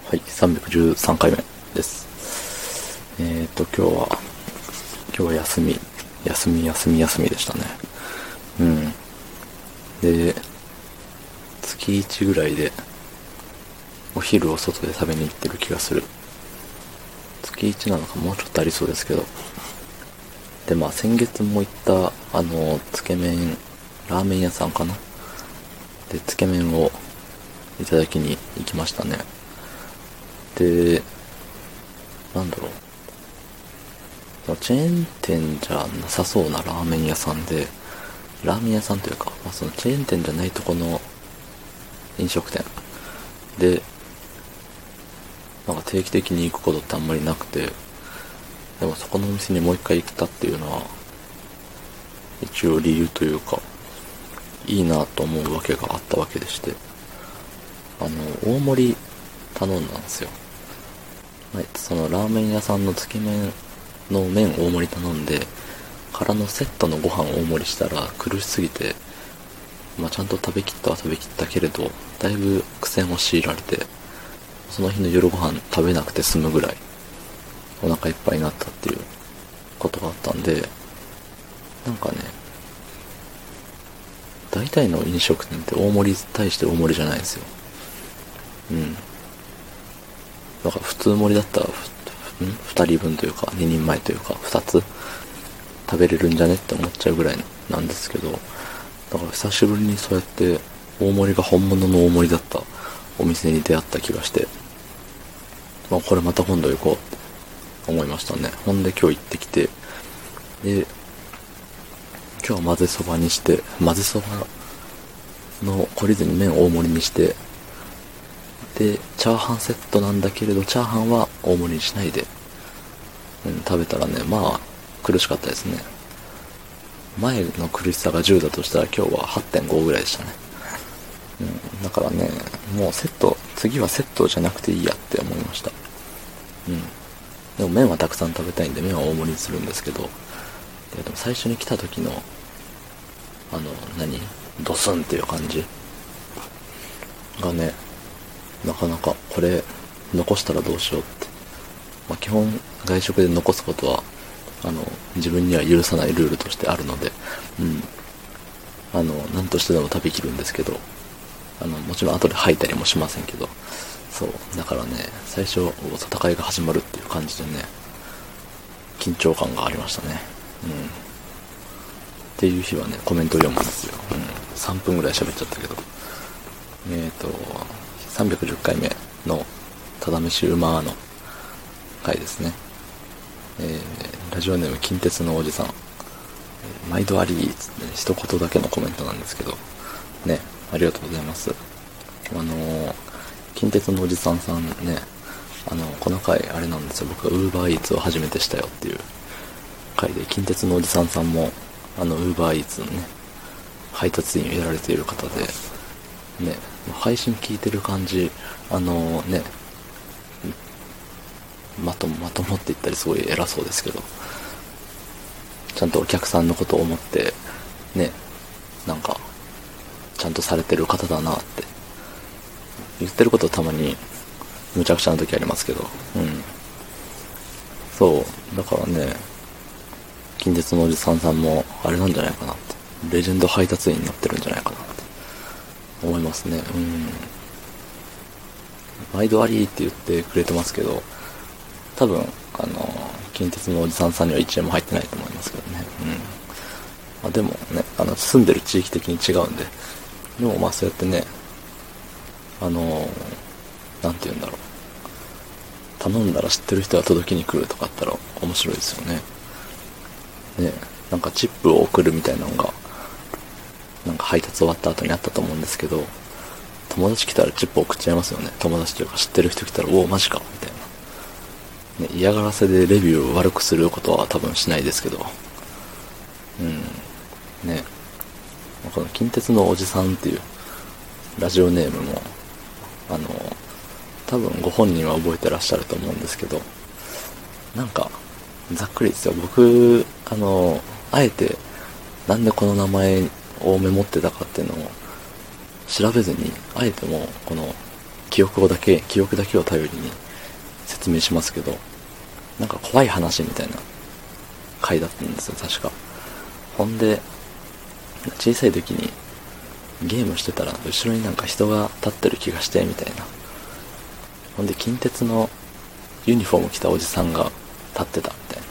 はい、313回目です。今日は休みでしたね。うん。で、月1ぐらいでお昼を外で食べに行ってる気がする。月1なのかもうちょっとありそうですけど。で、先月も行った、つけ麺、ラーメン屋さんかなで、つけ麺をいただきに行きましたね。で、なんだろう。チェーン店じゃなさそうなラーメン屋さんで、ラーメン屋さんというか、そのチェーン店じゃないとこの飲食店で、なんか定期的に行くことってあんまりなくて、でもそこのお店にもう一回行ったっていうのは、一応理由というか、いいなと思うわけがあったわけでして、大盛り頼んだんですよ。そのラーメン屋さんのつけ麺の麺大盛り頼んで、からのセットのご飯大盛りしたら苦しすぎて、ちゃんと食べきったは食べきったけれど、だいぶ苦戦を強いられて、その日の夜ご飯食べなくて済むぐらいお腹いっぱいになったっていうことがあったんで、なんかね、大体の飲食店って大盛り対して大盛りじゃないですよ。うん。だから普通盛りだったら2人分というか2人前というか2つ食べれるんじゃねって思っちゃうぐらいなんですけど、だから久しぶりにそうやって大盛りが本物の大盛りだったお店に出会った気がして、これまた今度行こうって思いましたね。ほんで今日行ってきて、で、今日は混ぜそばにして、混ぜそばの懲りずに麺大盛りにして、で、チャーハンセットなんだけれど、チャーハンは大盛りにしないで、食べたらね、苦しかったですね。前の苦しさが10だとしたら今日は 8.5 ぐらいでしたね。だからね、もう次はセットじゃなくていいやって思いました。でも麺はたくさん食べたいんで麺は大盛りにするんですけど、でも最初に来た時の、ドスンっていう感じがね、なかなかこれ残したらどうしようって。基本外食で残すことは、自分には許さないルールとしてあるので、何としてでも食べきるんですけど、もちろん後で吐いたりもしませんけど、そう、だからね、最初、戦いが始まるっていう感じでね、緊張感がありましたね。っていう日はね、コメントを読むんですよ。3分ぐらい喋っちゃったけど。310回目の、ただ飯うまーの回ですね。ラジオネーム近鉄のおじさん。毎度ありーつってね、一言だけのコメントなんですけど、ね、ありがとうございます。近鉄のおじさんさんね、この回あれなんですよ、僕が UberEats を初めてしたよっていう回で、近鉄のおじさんさんも、UberEats のね、配達員をやられている方で、ね、配信聞いてる感じ、まともって言ったりすごい偉そうですけど、ちゃんとお客さんのことを思って、ね、なんか、ちゃんとされてる方だなって。言ってることたまに、むちゃくちゃな時ありますけど、そう、だからね、近鉄のおじさんさんも、あれなんじゃないかなって。レジェンド配達員になってるんじゃないかなって思いますね。毎度ありって言ってくれてますけど、多分、近鉄のおじさんさんには1円も入ってないと思いますけどね。でもね、住んでる地域的に違うんで、でもそうやってね、なんて言うんだろう。頼んだら知ってる人が届きに来るとかあったら面白いですよね。ね、なんかチップを送るみたいなのが、なんか配達終わった後にあったと思うんですけど、友達来たらチップ送っちゃいますよね。友達というか知ってる人来たら、おお、マジかみたいな。ね、嫌がらせでレビューを悪くすることは多分しないですけど、ね、この近鉄のおじさんっていうラジオネームも、多分ご本人は覚えてらっしゃると思うんですけど、なんか、ざっくりですよ。僕、あえて、なんでこの名前をメモってたかっていうのを調べずに、あえてもう、この記憶だけを頼りに説明しますけど、なんか怖い話みたいな回だったんですよ、確か。ほんで、小さい時にゲームしてたら後ろになんか人が立ってる気がしてみたいな。ほんで近鉄のユニフォーム着たおじさんが立ってたみたいな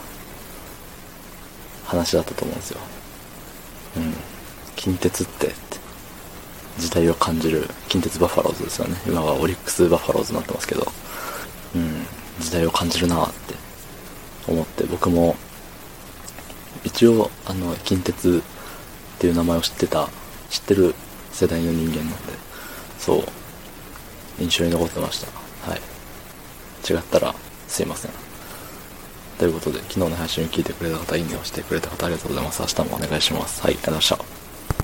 話だったと思うんですよ。近鉄って時代を感じる近鉄バファローズですよね。今はオリックスバファローズになってますけど、時代を感じるなーって思って、僕も一応近鉄っていう名前を知ってる世代の人間なんで、そう印象に残ってました。はい。違ったらすいません。ということで、昨日の配信を聞いてくれた方、いいねをしてくれた方、ありがとうございます。明日もお願いします。はい、ありがとうございました。